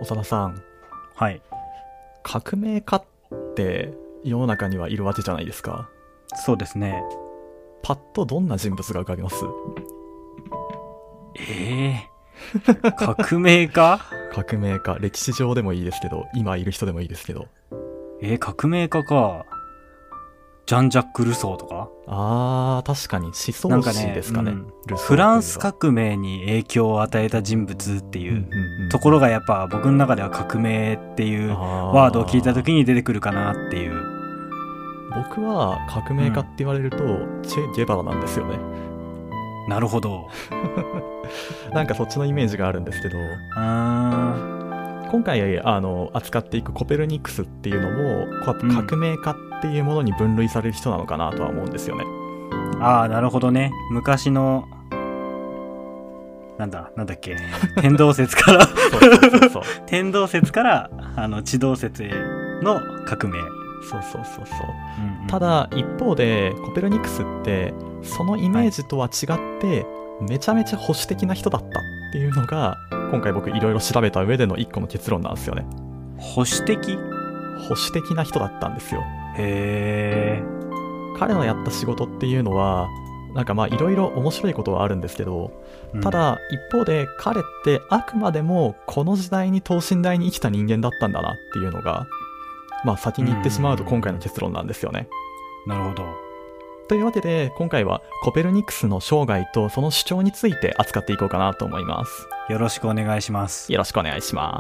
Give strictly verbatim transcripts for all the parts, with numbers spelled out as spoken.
長田さん、 はい。 革命家って世の中にはいるわけじゃないですか。 そうですね。 パッとどんな人物が浮かびます？ ええー、革命家革命家、歴史上でもいいですけど、今いる人でもいいですけど。 えー、革命家か。ジャン・ジャック・ルソーとか。 あー、確かに思想史ですかね。 なんかね、うん、 ルソーフランス革命に影響を与えた人物っていう、 うんうんうん、 ところがやっぱ僕の中では革命っていうワードを聞いた時に出てくるかなっていう。 僕は革命家って言われると、うん、チェ・ゲバラなんですよね。 なるほど。 なんかそっちのイメージがあるんですけど、 あ今回あの扱っていくコペルニクスっていうのも革命家っていうものに分類される人なのかなとは思うんですよね。 うん、ああ、なるほどね。昔のなんだなんだっけ天動説からそうそうそうそう天動説からあの地動説への革命。 そうそうそうそう、 うんうん、 ただ一方でコペルニクスってそのイメージとは違って、はい、めちゃめちゃ保守的な人だったっていうのが今回僕いろいろ調べた上での一個の結論なんですよね。 保守的？ 保守的な人だったんですよ。 へー。 彼のやった仕事っていうのはなんかまあいろいろ面白いことはあるんですけど、うん、ただ一方で彼ってあくまでもこの時代に等身大に生きた人間だったんだなっていうのがまあ先に言ってしまうと今回の結論なんですよね。 なるほど。 というわけで今回はコペルニクスの生涯とその主張について扱っていこうかなと思います。 よろしくお願いします。 よろしくお願いします。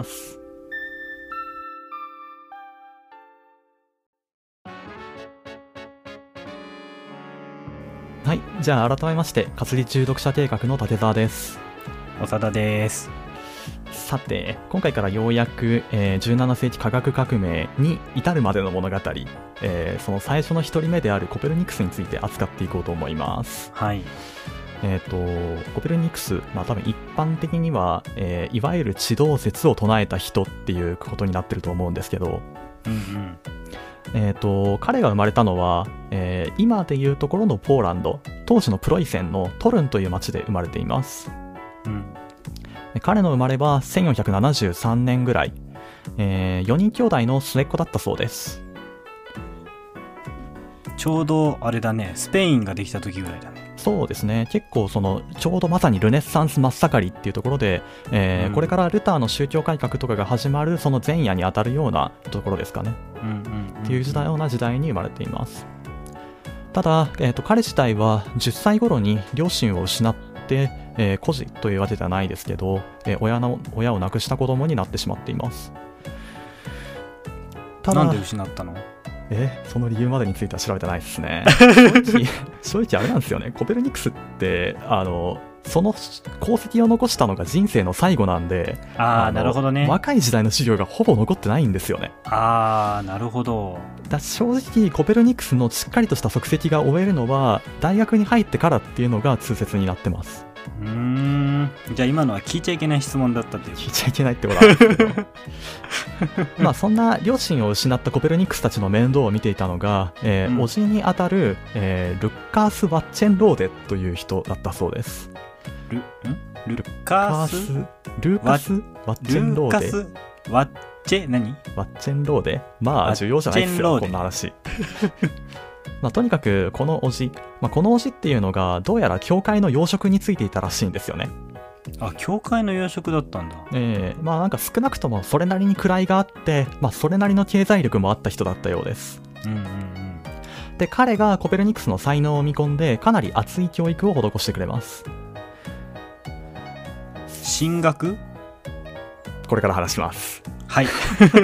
はい、じゃあ改めまして活理中読者計画の立澤です。 長田です。 さて今回からようやく、えー、じゅうななせいき科学革命に至るまでの物語、えー、その最初のひとりめであるコペルニクスについて扱っていこうと思います。 はい。 えーとコペルニクス、まあ多分一般的には、えー、いわゆる地動説を唱えた人っていうことになってると思うんですけど、 うんうん、 えーと彼が生まれたのは、えー、今でいうところのポーランド、当時のプロイセンのトルンという町で生まれています。 うん、 彼の生まれはせんよんひゃくななじゅうさんねんぐらい、えー、よにん兄弟の末っ子だったそうです。 ちょうどあれだね、スペインができた時ぐらいだね。 そうですね、結構そのちょうどまさにルネッサンス真っ盛りっていうところで、えーうん、これからルターの宗教改革とかが始まるその前夜にあたるようなところですかね、うんうんうんうん、っていう時代ような時代に生まれています。ただ、えーと、彼自体はじゅっさい頃に両親を失ってえー、孤児というわけではないですけど、えー、親の親を亡くした子供になってしまっています。 ただなんで失ったの？ えその理由までについては調べてないですね。正直、正直あれなんですよね。コペルニクスってあのその功績を残したのが人生の最後なんで、 ああなるほどね。 若い時代の資料がほぼ残ってないんですよね。 ああなるほど。 だ正直コペルニクスのしっかりとした足跡が終えるのは大学に入ってからっていうのが通説になってます。 うーんじゃあ今のは聞いちゃいけない質問だったっていう。 聞いちゃいけないってことなんですけどまあそんな両親を失ったコペルニクスたちの面倒を見ていたのが、えーうん、叔父にあたる、えー、ルッカース・ワッチェンローデという人だったそうです。 ル, んルッカースルーカス・ワッチェンローデ。 ルーカス・ワッチェ何ワッチェンローデ。まあ重要じゃないですよこんな話まあ、とにかくこの叔父、まあ、この叔父っていうのがどうやら教会の要職についていたらしいんですよね。 あ、教会の要職だったんだ。 ええー、まあなんか少なくともそれなりに位があって、まあそれなりの経済力もあった人だったようです。 うんうんうん。 で、彼がコペルニクスの才能を見込んでかなり熱い教育を施してくれます。 神学？ これから話します。 はい。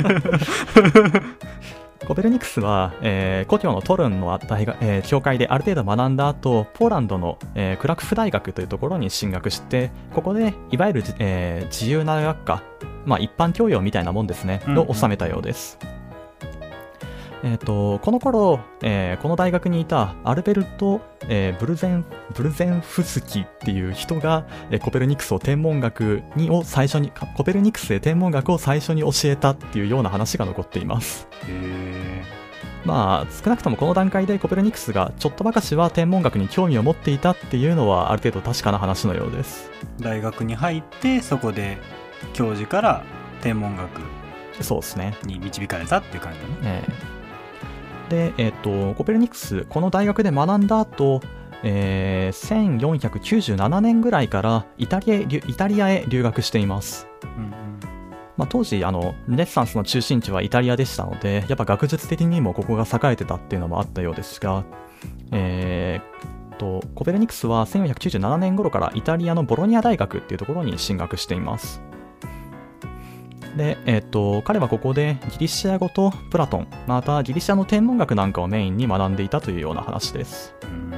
コペルニクスは、えー、故郷のトルンの大学、えー、教会である程度学んだ後、ポーランドの、えー、クラクフ大学というところに進学して、ここでいわゆる、えー、自由な学科、まあ、一般教養みたいなもんですね、を収めたようです。えー、とこの頃、えー、この大学にいたアルベルト、えー、ブルゼンブルゼンフスキっていう人が、えー、コペルニクスを天文学にを最初にコペルニクスで天文学を最初に教えたっていうような話が残っています。 へーまあ少なくともこの段階でコペルニクスがちょっとばかしは天文学に興味を持っていたっていうのはある程度確かな話のようです。 大学に入ってそこで教授から天文学そうですねに導かれたっていう感じだね。 えー、で、えー、とコペルニクスこの大学で学んだ後、えー、せんよんひゃくきゅうじゅうななねんぐらいからイタリアへ、イタリアへ留学しています。うんうんまあ、当時あのルネッサンスの中心地はイタリアでしたので、やっぱ学術的にもここが栄えてたっていうのもあったようですが、えー、とコペルニクスはせんよんひゃくきゅうじゅうななねん頃からイタリアのボロニア大学っていうところに進学しています。で、えー、と彼はここでギリシア語とプラトン、またギリシアの天文学なんかをメインに学んでいたというような話です。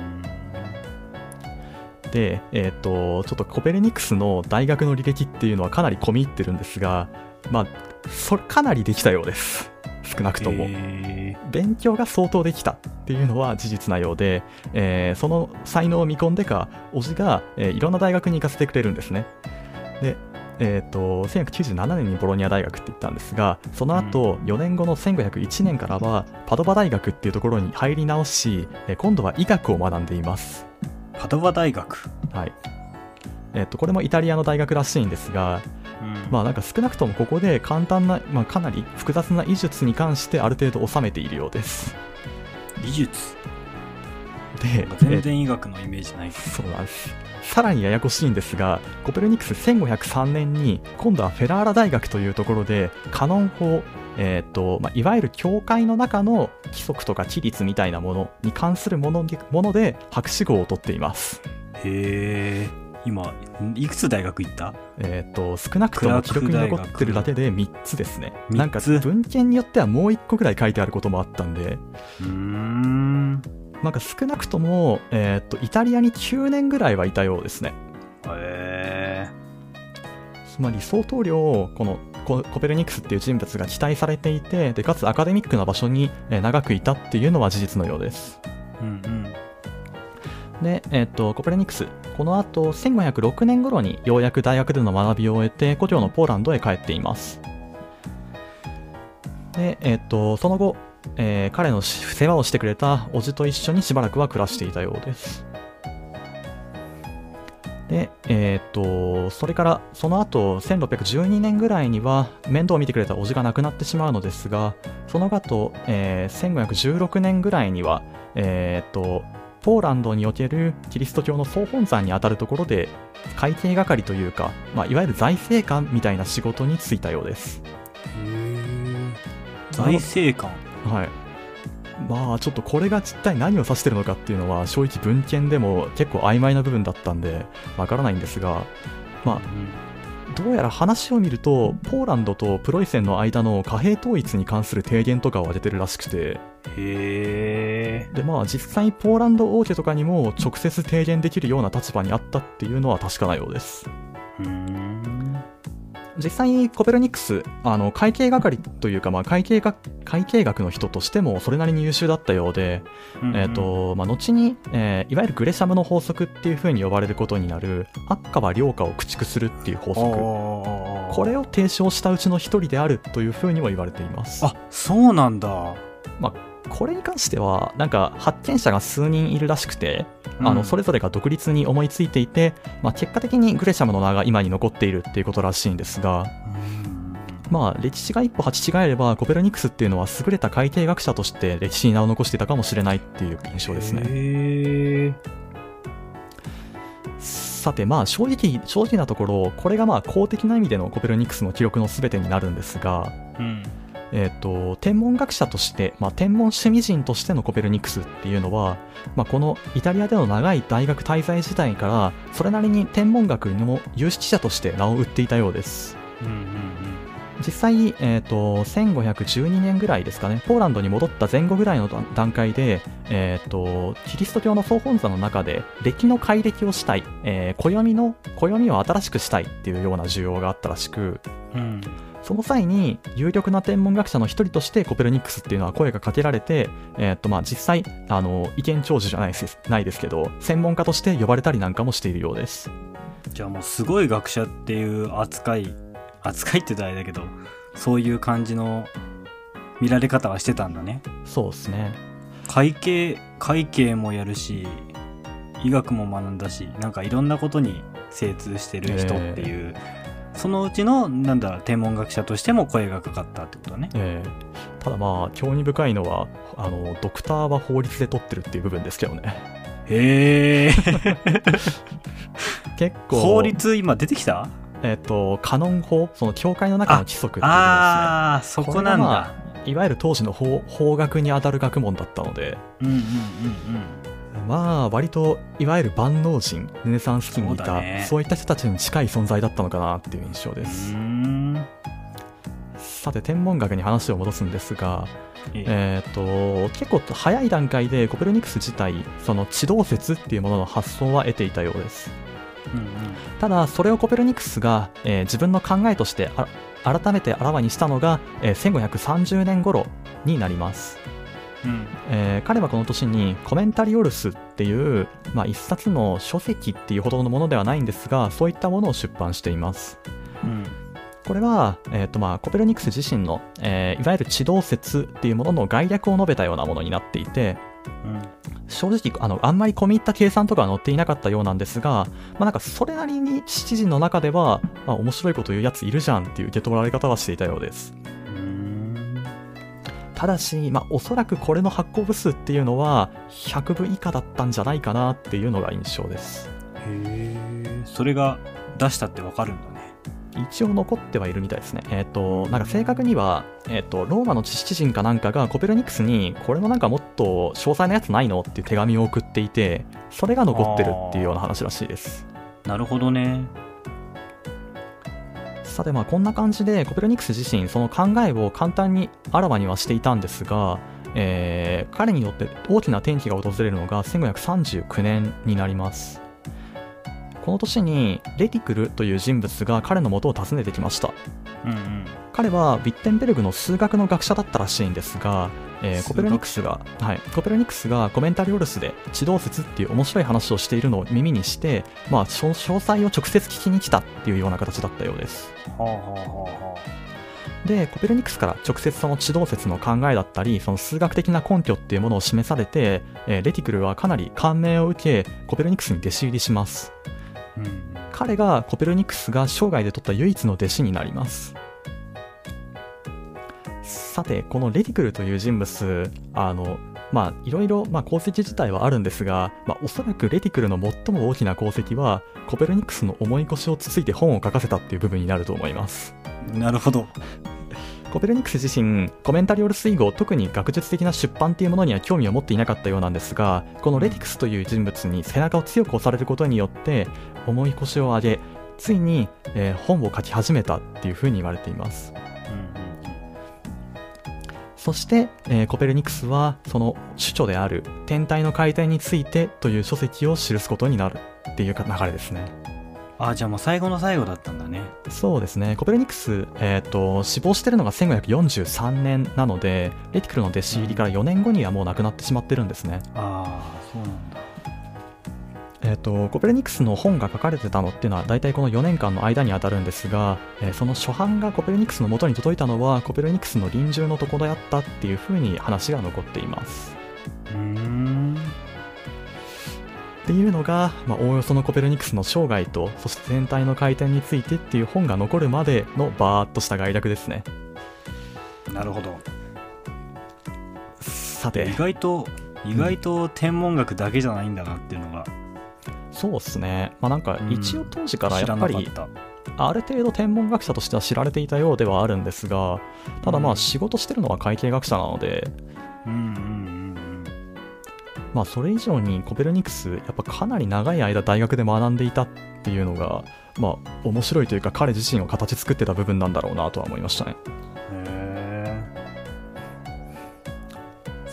で、えー、とちょっとコペルニクスの大学の履歴っていうのはかなり込み入ってるんですが、まあそれかなりできたようです。少なくとも勉強が相当できたっていうのは事実なようで、えー、その才能を見込んでか叔父が、えー、いろんな大学に行かせてくれるんですね。で、えー、とせんよんひゃくきゅうじゅうななねんにボロニア大学って言ったんですが、その後よねんごのせんごひゃくいちねんからはパドバ大学っていうところに入り直し、えー、今度は医学を学んでいます。 パドバ大学、 はいえー、とこれもイタリアの大学らしいんですが、まあなんか少なくともここで簡単な、まあ、かなり複雑な医術に関してある程度収めているようです。 医術で全然医学のイメージない。 そうなんです。さらにややこしいんですが、コペルニクスせんごひゃくさんねんに今度はフェラーラ大学というところでカノン法、えーとまあ、いわゆる教会の中の規則とか規律みたいなものに関するもので、もので博士号を取っています。 へー、今いくつ大学行った？ えー、と少なくとも記録に残ってるだけでみっつですね。なんかみっつ文献によってはもういっこぐらい書いてあることもあったんで、 うーんなんか少なくとも、えー、とイタリアにきゅうねんぐらいはいたようですね。 へー、つまり相当量このコペルニクスっていう人物が期待されていて、でかつアカデミックな場所に長くいたっていうのは事実のようです。 うんうんで、えー、とコペルニクスこの後せんごひゃくろくねん頃にようやく大学での学びを終えて故郷のポーランドへ帰っています。で、えー、とその後、えー、彼の世話をしてくれた叔父と一緒にしばらくは暮らしていたようです。で、えー、とそれからその後せんろっぴゃくじゅうにねんぐらいには面倒を見てくれた叔父が亡くなってしまうのですが、その後、えー、せんごひゃくじゅうろくねんぐらいには、えー、とポーランドにおけるキリスト教の総本山にあたるところで会計係というか、まあ、いわゆる財政官みたいな仕事に就いたようです。 へー、財政官、 はい。まあちょっとこれが実態何を指してるのかっていうのは正直文献でも結構曖昧な部分だったんでわからないんですが、まあ、うん、どうやら話を見るとポーランドとプロイセンの間の貨幣統一に関する提言とかを挙げてるらしくて、 へー、 でまあ実際ポーランド王家とかにも直接提言できるような立場にあったっていうのは確かなようです。 うーん、 実際コペルニクスあの会計係というか、まあ、会計学会計学の人としてもそれなりに優秀だったようで、うんうん、えーとまあ、後に、えー、いわゆるグレシャムの法則っていう風に呼ばれることになる悪貨は良貨を駆逐するっていう法則、これを提唱したうちの一人であるという風にも言われています。 あ、そうなんだ。 まあこれに関してはなんか発見者が数人いるらしくて、うん、あのそれぞれが独立に思いついていて、まあ、結果的にグレシャムの名が今に残っているっていうことらしいんですが、うん、まあ歴史が一歩履き違えればコペルニクスっていうのは優れた会計学者として歴史に名を残していたかもしれないっていう印象ですね。 へー、 さてまあ正直正直なところこれがまあ公的な意味でのコペルニクスの記録の全てになるんですが、うんえー、と天文学者として、まあ、天文趣味人としてのコペルニクスっていうのは、まあ、このイタリアでの長い大学滞在時代からそれなりに天文学の有識者として名を売っていたようです。うんうんうん、実際、えー、とせんごひゃくじゅうにねんぐらいですかね、ポーランドに戻った前後ぐらいの段階で、えー、とキリスト教の総本山の中で暦の改暦をしたい、えー、暦の暦を新しくしたいっていうような需要があったらしく、うんその際に有力な天文学者の一人としてコペルニクスっていうのは声がかけられて、えー、っとまあ実際あの意見聴取じゃないです、ないですけど専門家として呼ばれたりなんかもしているようです。 じゃあもうすごい学者っていう扱い扱いって言うとあれだけどそういう感じの見られ方はしてたんだね。 そうですね。 会計会計もやるし医学も学んだしなんかいろんなことに精通してる人っていう、えーそのうちのなんだ天文学者としても声がかかったってことね。 えー、ただまあ興味深いのはあのドクターは法律で取ってるっていう部分ですけどね。 へえ結構法律今出てきた？ えっ、ー、とカノン法、その教会の中の規則っていうのですね。 ああ、そこなんだ。 まあ、いわゆる当時の 法, 法学に当たる学問だったので、 うんうんうんうん、まあ割といわゆる万能人、ルネサンス期にいた そう,、ね、そういった人たちに近い存在だったのかなっていう印象です。 うーん、 さて天文学に話を戻すんですが、えー、と結構早い段階でコペルニクス自体その地動説っていうものの発想は得ていたようです。うんうん、ただそれをコペルニクスが、えー、自分の考えとしてあ改めてあらわにしたのが、えー、せんごひゃくさんじゅうねん頃になります。うんえー、彼はこの年にコメンタリオルスっていう、まあ、一冊の書籍っていうほどのものではないんですが、そういったものを出版しています。うんこれは、えーとまあ、コペルニクス自身の、えー、いわゆる地動説っていうものの概略を述べたようなものになっていて、うん、正直あのあんまり込み入った計算とかは載っていなかったようなんですが、まあ、なんかそれなりに七人の中では、まあ、面白いこと言うやついるじゃんっていう受け取られ方はしていたようです。うーんただし、まあ、おそらくこれの発行部数っていうのはひゃくぶ以下だったんじゃないかなっていうのが印象です。 へー、それが出したってわかるんだね。 一応残ってはいるみたいですね。えっ、ー、と、なんか正確には、えっ、ー、と、ローマの知識人かなんかがコペルニクスに、これのなんかもっと詳細なやつないのっていう手紙を送っていて、それが残ってるっていうような話らしいです。 なるほどね。 さて、まあこんな感じでコペルニクス自身、その考えを簡単にあらわにはしていたんですが、えー、彼によって大きな転機が訪れるのがせんごひゃくさんじゅうきゅうねんになります。この年にレティクルという人物が彼の元を訪ねてきました。うんうん、彼はビッテンベルグの数学の学者だったらしいんですが、えー、コペルニクスが、はい、コペルニクスがコメンタリオルスで地動説っていう面白い話をしているのを耳にして、まあ、詳細を直接聞きに来たっていうような形だったようです。はあはあはあ、でコペルニクスから直接その地動説の考えだったりその数学的な根拠っていうものを示されて、えー、レティクルはかなり感銘を受けコペルニクスに弟子入りします。うん、彼がコペルニクスが生涯で取った唯一の弟子になります。さてこのレティクルという人物、あのまあいろいろ、まあ、功績自体はあるんですが、まあ、おそらくレティクルの最も大きな功績はコペルニクスの重い腰をつついて本を書かせたっていう部分になると思います。 なるほど。 コペルニクス自身コメンタリオルス以後特に学術的な出版っていうものには興味を持っていなかったようなんですが、このレティクスという人物に背中を強く押されることによって重い腰を上げついに、えー、本を書き始めたっていうふうに言われています。うんうん、そして、えー、コペルニクスはその主著である天体の回転についてという書籍を記すことになるっていう流れですね。 あ、じゃあもう最後の最後だったんだね。 そうですね。コペルニクス、えー、と死亡してるのがせんごひゃくよんじゅうさんねんなのでレティクルの弟子入りからよねんごにはもう亡くなってしまってるんですね。 ああ、そうなんだ。 えー、とコペルニクスの本が書かれてたのっていうのは大体このよねんかんの間に当たるんですが、えー、その初版がコペルニクスの元に届いたのはコペルニクスの臨終のところだったっていうふうに話が残っています。うーんっていうのが、まあ、おおよそのコペルニクスの生涯とそして天体の回転についてっていう本が残るまでのバーっとした概略ですね。 なるほど。 さて意外と意外と天文学だけじゃないんだなっていうのが、 うん、そうですね。まあなんか一応当時からやっぱり、 うん、 ある程度天文学者としては知られていたようではあるんですが、ただまあ仕事してるのは会計学者なので、うんうんうんまあ、それ以上にコペルニクスやっぱかなり長い間大学で学んでいたっていうのが、まあ、面白いというか彼自身を形作ってた部分なんだろうなとは思いましたね。へー。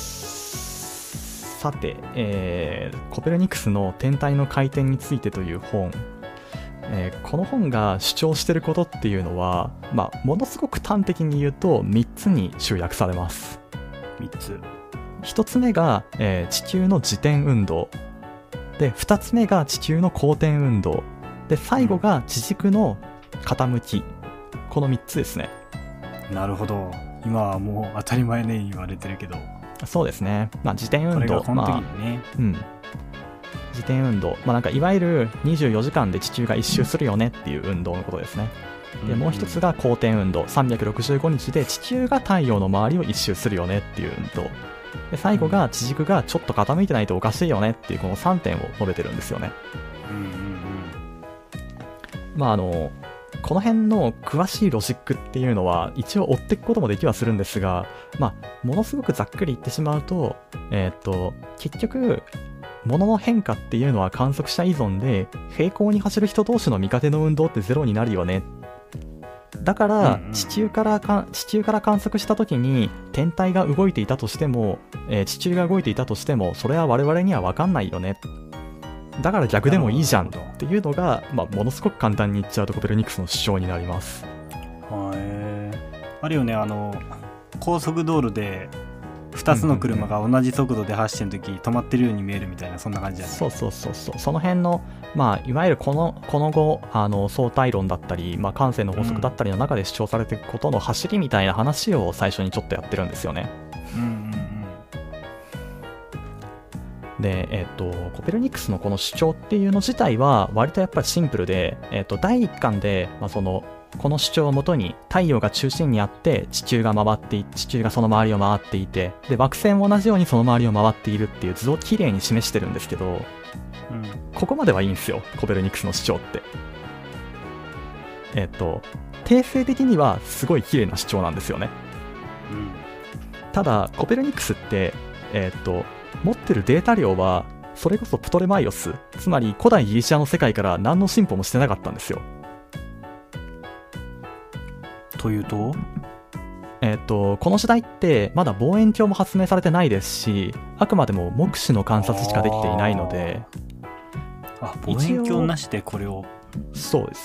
さて、えー、コペルニクスの天体の回転についてという本、えー、この本が主張していることっていうのは、まあ、ものすごく端的に言うとみっつに集約されます。 みっつ。 ひとつめが、えー、地球の自転運動で、ふたつめが地球の公転運動で、最後が地軸の傾き、このみっつですね。 なるほど。今はもう当たり前ね言われてるけど、 そうですね、まあ、自転運動、 これが本当にね、 まあうん、自自転運動、まあ、なんかいわゆるにじゅうよじかんで地球が一周するよねっていう運動のことですね。でもう一つが公転運動、さんびゃくろくじゅうごにちで地球が太陽の周りを一周するよねっていう運動で、最後が地軸がちょっと傾いてないとおかしいよねっていうこのさんてんを述べてるんですよね。 うんうんうん、 まああのこの辺の詳しいロジックっていうのは一応追っていくこともできはするんですが、まあ、ものすごくざっくり言ってしまうと、えー、っと結局物の変化っていうのは観測者依存で、平行に走る人同士の見かけの運動ってゼロになるよね。だから地球からか地球から観測した時に天体が動いていたとしても、えー、地球が動いていたとしてもそれは我々には分かんないよね。だから逆でもいいじゃんっていうのが、まあ、ものすごく簡単に言っちゃうとコペルニクスの主張になります。 へー、あるよね、あの高速道路でふたつの車が同じ速度で走ってる時、止まってるように見えるみたいな、そんな感じだね。 そうそうそうそう、その辺の、まあ、いわゆるこのこの後あの相対論だったり、まあ、慣性の法則だったりの中で主張されていくことの走りみたいな話を最初にちょっとやってるんですよね。 うんうんで、えっと、コペルニクスのこの主張っていうの自体は割とやっぱりシンプルで、えっと、だいいっかんで、まあ、そのこの主張をもとに太陽が中心にあって地球が回ってい地球がその周りを回っていて、で惑星も同じようにその周りを回っているっていう図をきれいに示してるんですけど、 うん、 ここまではいいんですよ、コペルニクスの主張って。えっと定性的にはすごいきれいな主張なんですよね。 うん、 ただコペルニクスってえっと持ってるデータ量はそれこそプトレマイオス、つまり古代ギリシアの世界から何の進歩もしてなかったんですよ。 というとえっとこの時代ってまだ望遠鏡も発明されてないですし、あくまでも目視の観察しかできていないので、 あ、望遠鏡なしでこれを。 そうです。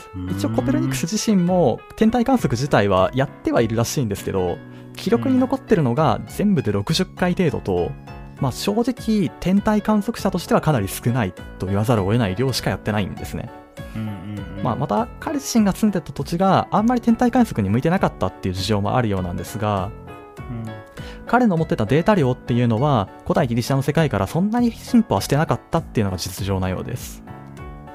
一応コペルニクス自身も天体観測自体はやってはいるらしいんですけど、記録に残ってるのが全部でろくじゅっかい程度と、まあ、正直天体観測者としてはかなり少ないと言わざるを得ない量しかやってないんですね。 うんうんうん、 まあ、また彼自身が住んでた土地があんまり天体観測に向いてなかったっていう事情もあるようなんですが、 うん、 彼の持ってたデータ量っていうのは古代ギリシャの世界からそんなに進歩はしてなかったっていうのが実情なようです。 うん、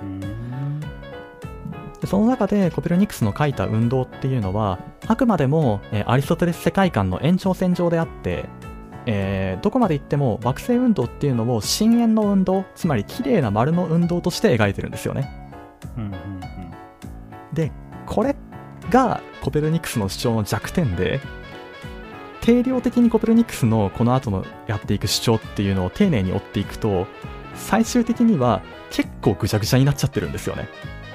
でその中でコペルニクスの書いた運動っていうのはあくまでも、えーアリストテレス世界観の延長線上であって、えーどこまで行っても惑星運動っていうのを深淵の運動、つまり綺麗な丸の運動として描いてるんですよね。 うんうんうん、 でこれがコペルニクスの主張の弱点で、定量的にコペルニクスのこの後のやっていく主張っていうのを丁寧に追っていくと、最終的には結構ぐちゃぐちゃになっちゃってるんですよね。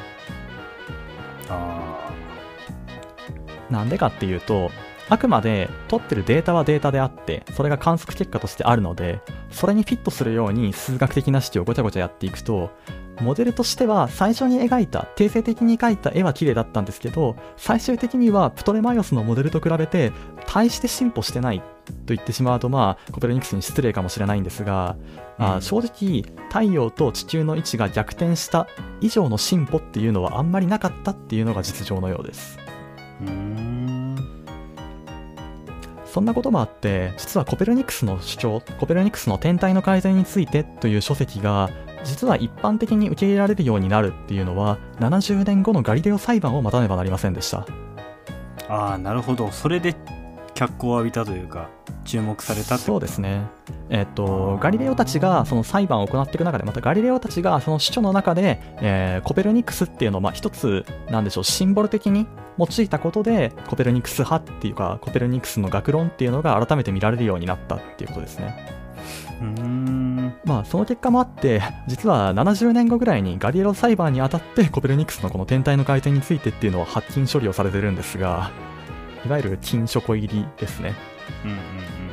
あなんでかっていうと、あくまで取ってるデータはデータであって、それが観測結果としてあるので、それにフィットするように数学的な式をごちゃごちゃやっていくと、モデルとしては最初に描いた定性的に描いた絵は綺麗だったんですけど、最終的にはプトレマイオスのモデルと比べて大して進歩してないと言ってしまうと、まあコペルニクスに失礼かもしれないんですが、うん、あ正直太陽と地球の位置が逆転した以上の進歩っていうのはあんまりなかったっていうのが実情のようです。 うーん、 そんなこともあって、実はコペルニクスの主張、コペルニクスの天体の改善についてという書籍が実は一般的に受け入れられるようになるっていうのはななじゅうねんごのガリレオ裁判を待たねばなりませんでした。 ああ、なるほど。それで脚光を浴びたというか注目されたってこと。 そうですね。えっとガリレオたちがその裁判を行っていく中で、またガリレオたちがその主張の中で、えーコペルニクスっていうのをまあ一つなんでしょう、シンボル的に用いたことでコペルニクス派っていうかコペルニクスの学論っていうのが改めて見られるようになったっていうことですね。 うーん、 まあその結果もあって、実はななじゅうねんごぐらいにガリレオ裁判にあたってコペルニクスのこの天体の回転についてっていうのは発禁処理をされてるんですが、いわゆる禁書庫入りですね。 うんうんうんうん。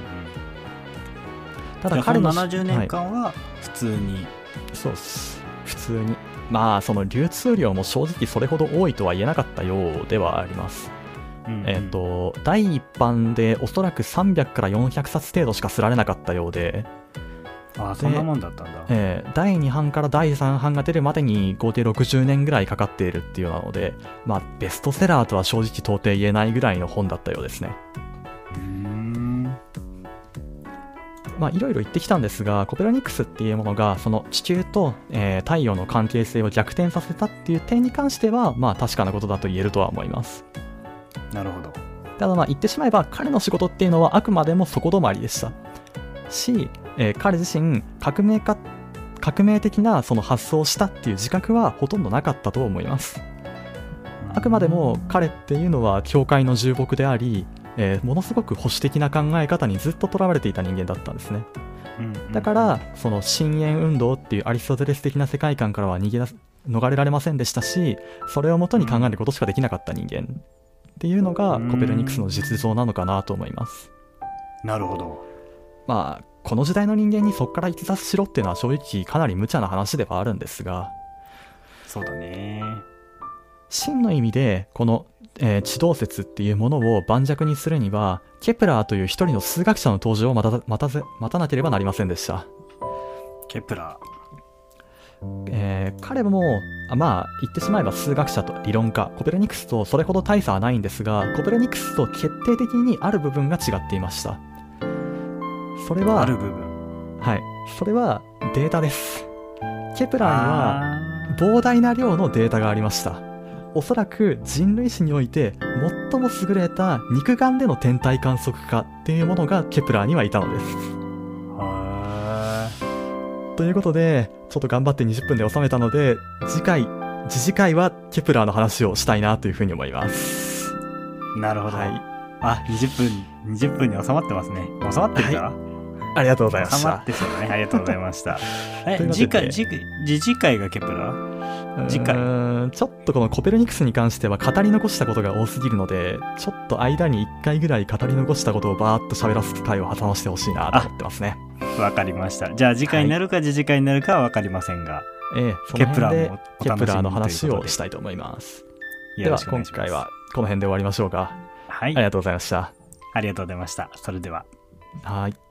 ただ彼のななじゅうねんかんは普通に、はい、 そうっす、普通に、まあその流通量も正直それほど多いとは言えなかったようではあります。うんうん、えっとだいいっ版でおそらくさんびゃくからよんひゃくさつ程度しか刷られなかったようで、 ああ、そんなもんだったんだ。 えー、だいに版からだいさん版が出るまでに合計ろくじゅうねんぐらいかかっているっていうなので、まあベストセラーとは正直到底言えないぐらいの本だったようですね。 うーん、 まあいろいろ言ってきたんですが、コペルニクスっていうものがその地球と、えー太陽の関係性を逆転させたっていう点に関しては、まあ確かなことだと言えるとは思います。 なるほど。 ただまあ言ってしまえば、彼の仕事っていうのはあくまでも底止まりでしたし、えー彼自身革命家革命的なその発想をしたっていう自覚はほとんどなかったと思います。あくまでも彼っていうのは教会の重木であり、えーものすごく保守的な考え方にずっととらわれていた人間だったんですね。 うんだからその深淵運動っていうアリストテレス的な世界観からは逃げ出す逃れられませんでしたし、それをもとに考えることしかできなかった人間っていうのがコペルニクスの実像なのかなと思います。 なるほど。 まあこの時代の人間にそこから逸脱しろっていうのは正直かなり無茶な話ではあるんですが、 そうだね。 真の意味でこの、えー地動説っていうものを盤石にするには、ケプラーという一人の数学者の登場を待た待たぜ待たなければなりませんでした。 ケプラえー彼もあまあ言ってしまえば数学者と理論家、コペルニクスとそれほど大差はないんですが、コペルニクスと決定的にある部分が違っていました。それー。 はある部分。 はいそれはデータです。ケプラーにはあ膨大な量のデータがありました。おそらく人類史において最も優れた肉眼での天体観測家っていうものがケプラーにはいたのです。 ー。はということでちょっと頑張ってにじゅっぷんで収めたので、次回次次回はケプラーの話をしたいなというふうに思います。 ー。なるほど。 はいあ、にじゅっぷん、にじゅっぷんに収まってますね。収まってるかな、 ありがとうございまし収また。 ってそうだね。ありがとうございました。え、 というわけで次回、次回、次次回がケプラ次回うーんちょっとこのコペルニクスに関しては語り残したことが多すぎるので、ちょっと間にいっかいぐらい語り残したことをバーッと喋らす回を挟ませてほしいなと思ってますね。 わかりました。じゃあ次回になるか次次回になるかはわかりませんが、 ええ、その辺でケプラーもお楽しみにケプラーの話ということでをしたいと思います。でよろはしくお願いします。 今回はこの辺で終わりましょうか。 はい、 ありがとうございました。 ありがとうございました。それでは。 はい。